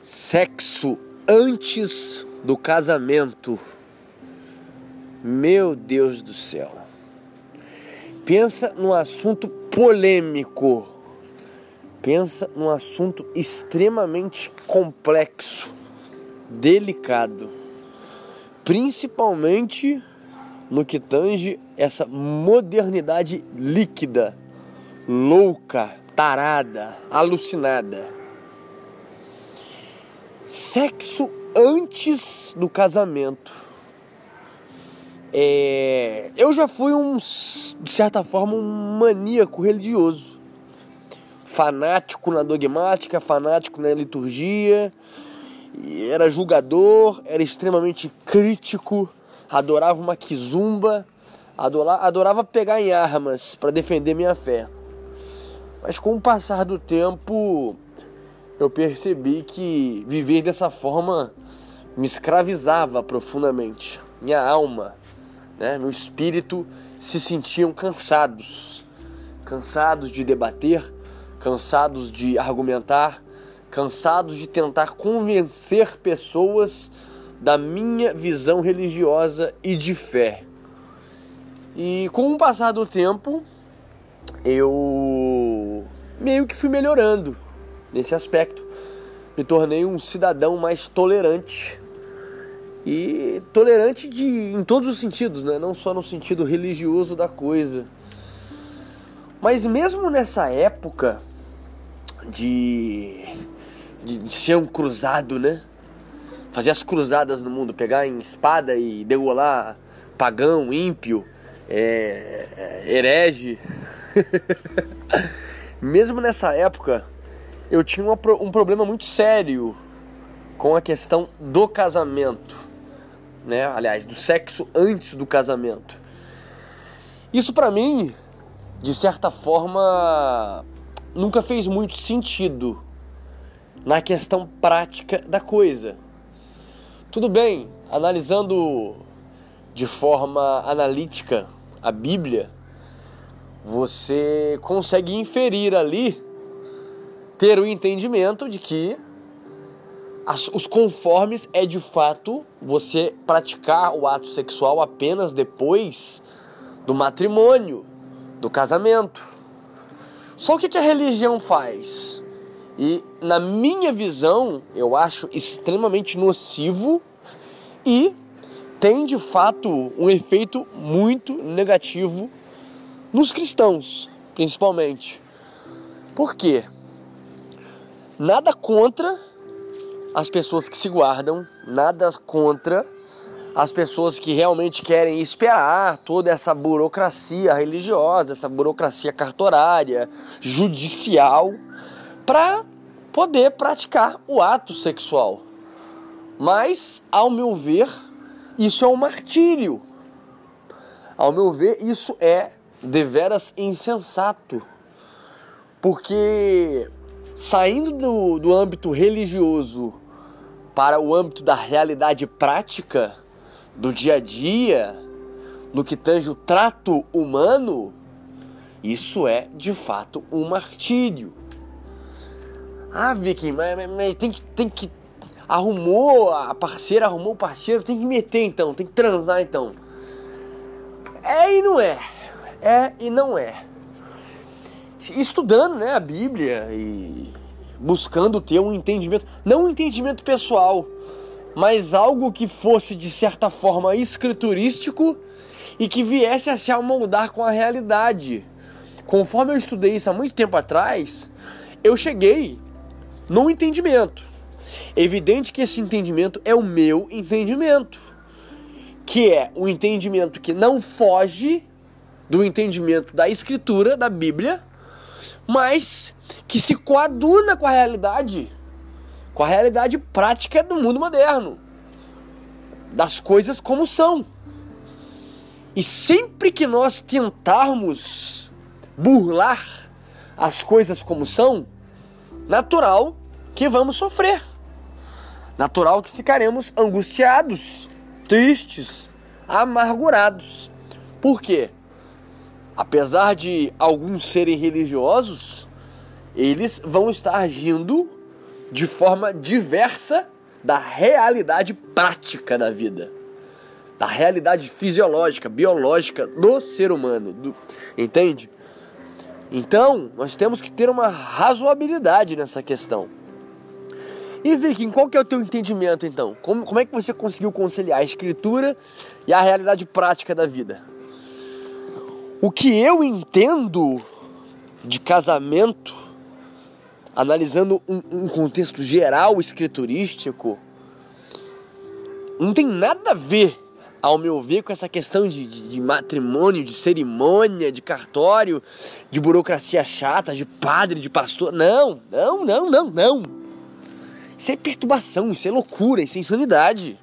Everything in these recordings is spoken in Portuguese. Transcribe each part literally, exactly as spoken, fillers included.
Sexo antes do casamento. Meu Deus do céu. Pensa num assunto polêmico. Pensa num assunto extremamente complexo, delicado. Principalmente no que tange essa modernidade líquida, louca, tarada, alucinada. Sexo antes do casamento. É... Eu já fui um, de certa forma, um maníaco religioso. Fanático na dogmática, fanático na liturgia. Era julgador, era extremamente crítico. Adorava uma quizumba. Adorava, adorava pegar em armas para defender minha fé. Mas com o passar do tempo, eu percebi que viver dessa forma me escravizava profundamente. Minha alma, né, meu espírito se sentiam cansados. Cansados de debater, cansados de argumentar, cansados de tentar convencer pessoas da minha visão religiosa e de fé. E com o passar do tempo, eu meio que fui melhorando nesse aspecto. Me tornei um cidadão mais tolerante. E tolerante de, em todos os sentidos, né? Não só no sentido religioso da coisa. Mas mesmo nessa época de, de, de ser um cruzado, né? Fazer as cruzadas no mundo, pegar em espada e degolar pagão, ímpio, é, herege. Mesmo nessa época, eu tinha uma, um problema muito sério com a questão do casamento, né? Aliás, do sexo antes do casamento. Isso pra mim, de certa forma, nunca fez muito sentido na questão prática da coisa. Tudo bem, analisando de forma analítica a Bíblia, você consegue inferir ali, ter o entendimento de que as, os conformes é de fato você praticar o ato sexual apenas depois do matrimônio, do casamento. Só o que, que a religião faz? E na minha visão, eu acho extremamente nocivo e tem de fato um efeito muito negativo nos cristãos, principalmente. Por quê? Nada contra as pessoas que se guardam, nada contra as pessoas que realmente querem esperar toda essa burocracia religiosa, essa burocracia cartorária, judicial, para poder praticar o ato sexual. Mas, ao meu ver, isso é um martírio. Ao meu ver, isso é deveras insensato. Porque saindo do, do âmbito religioso para o âmbito da realidade prática, do dia a dia, no que tange o trato humano, isso é de fato um martírio. Ah, Vicky, mas, mas tem que, tem que... Arrumou a parceira, arrumou o parceiro, tem que meter então, tem que transar então. É e não é. É e não é. Estudando, né, a Bíblia e buscando ter um entendimento, não um entendimento pessoal, mas algo que fosse de certa forma escriturístico e que viesse a se amoldar com a realidade. Conforme eu estudei isso há muito tempo atrás, eu cheguei num entendimento. Evidente que esse entendimento é o meu entendimento, que é um entendimento que não foge do entendimento da Escritura, da Bíblia, mas que se coaduna com a realidade, com a realidade prática do mundo moderno, das coisas como são. E sempre que nós tentarmos burlar as coisas como são, natural que vamos sofrer. Natural que ficaremos angustiados, tristes, amargurados. Por quê? Apesar de alguns serem religiosos, eles vão estar agindo de forma diversa da realidade prática da vida, da realidade fisiológica, biológica do ser humano, do, entende? Então, nós temos que ter uma razoabilidade nessa questão. E Vicky, qual que é o teu entendimento então? Como, como é que você conseguiu conciliar a escritura e a realidade prática da vida? O que eu entendo de casamento, analisando um, um contexto geral escriturístico, não tem nada a ver, ao meu ver, com essa questão de, de, de matrimônio, de cerimônia, de cartório, de burocracia chata, de padre, de pastor. Não, não, não, não, não. Isso é perturbação, isso é loucura, isso é insanidade.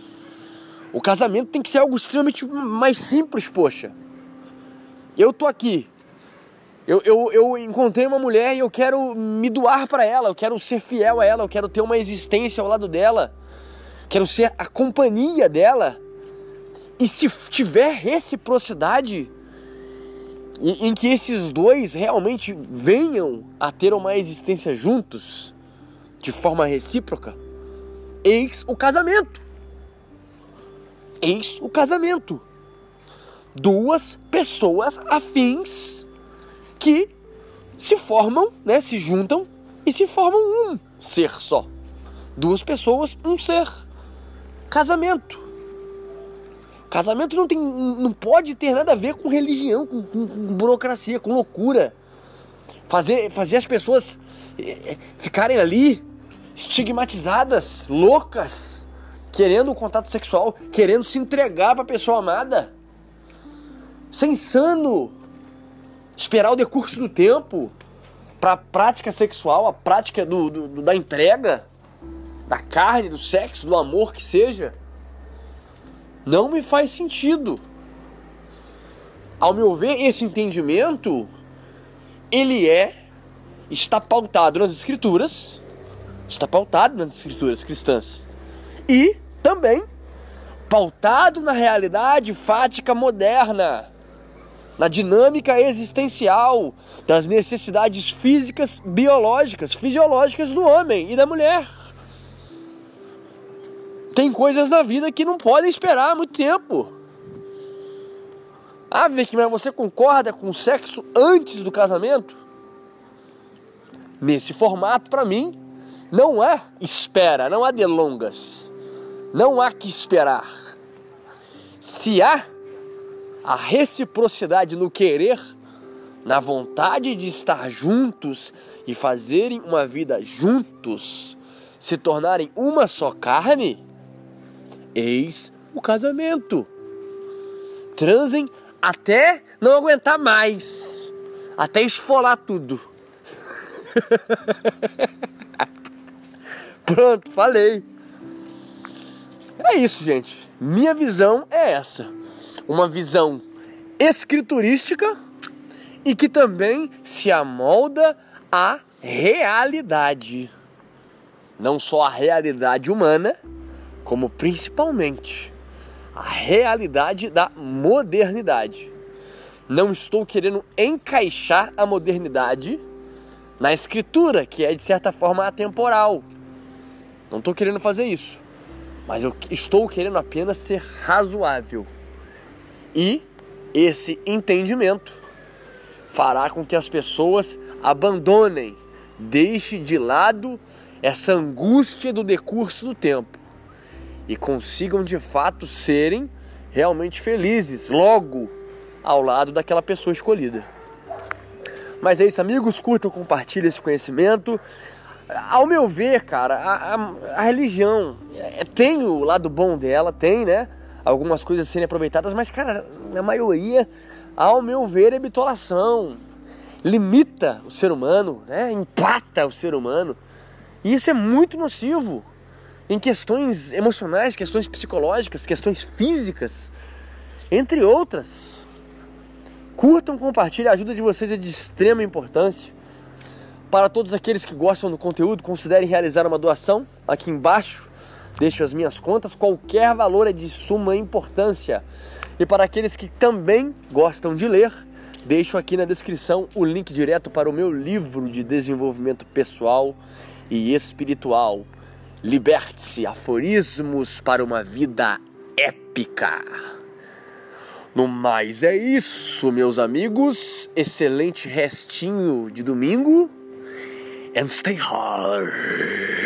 O casamento tem que ser algo extremamente mais simples, poxa. Eu tô aqui, eu, eu, eu encontrei uma mulher e eu quero me doar para ela, eu quero ser fiel a ela, eu quero ter uma existência ao lado dela, quero ser a companhia dela. E se tiver reciprocidade, em, em que esses dois realmente venham a ter uma existência juntos, de forma recíproca, eis o casamento. Eis o casamento. Duas pessoas afins que se formam, né, se juntam e se formam um ser só. Duas pessoas, um ser. Casamento. Casamento não tem, não pode ter nada a ver com religião, com, com, com burocracia, com loucura. Fazer, fazer as pessoas ficarem ali estigmatizadas, loucas, querendo um contato sexual, querendo se entregar para a pessoa amada. Isso é insano. Esperar o decurso do tempo para a prática sexual, a prática do, do, da entrega, da carne, do sexo, do amor que seja. Não me faz sentido. Ao meu ver, esse entendimento, ele é, está pautado nas escrituras, está pautado nas escrituras cristãs, e também pautado na realidade fática moderna, na dinâmica existencial das necessidades físicas, biológicas, fisiológicas do homem e da mulher. Tem coisas na vida que não podem esperar muito tempo. Ah, Vicky, mas você concorda com o sexo antes do casamento? Nesse formato, para mim, não há espera, não há delongas. Não há que esperar. Se há a reciprocidade no querer, na vontade de estar juntos e fazerem uma vida juntos, se tornarem uma só carne, eis o casamento. Transem até não aguentar mais, até esfolar tudo. Pronto, falei. É isso, gente. Minha visão é essa. Uma visão escriturística e que também se amolda à realidade. Não só a realidade humana, como principalmente a realidade da modernidade. Não estou querendo encaixar a modernidade na escritura, que é de certa forma atemporal. Não estou querendo fazer isso. Mas eu estou querendo apenas ser razoável. E esse entendimento fará com que as pessoas abandonem, deixem de lado essa angústia do decurso do tempo e consigam de fato serem realmente felizes logo ao lado daquela pessoa escolhida. Mas é isso, amigos, curtam, compartilhem esse conhecimento. Ao meu ver, cara, a, a, a religião é, tem o lado bom dela, tem, né? Algumas coisas serem aproveitadas, mas, cara, na maioria, ao meu ver, é bitolação. Limita o ser humano, né? Empata o ser humano. E isso é muito nocivo em questões emocionais, questões psicológicas, questões físicas, entre outras. Curtam, compartilhem, a ajuda de vocês é de extrema importância. Para todos aqueles que gostam do conteúdo, considerem realizar uma doação aqui embaixo. Deixo as minhas contas, qualquer valor é de suma importância. E para aqueles que também gostam de ler, deixo aqui na descrição o link direto para o meu livro de desenvolvimento pessoal e espiritual. Liberte-se, aforismos para uma vida épica. No mais é isso, meus amigos. Excelente restinho de domingo. And stay hard.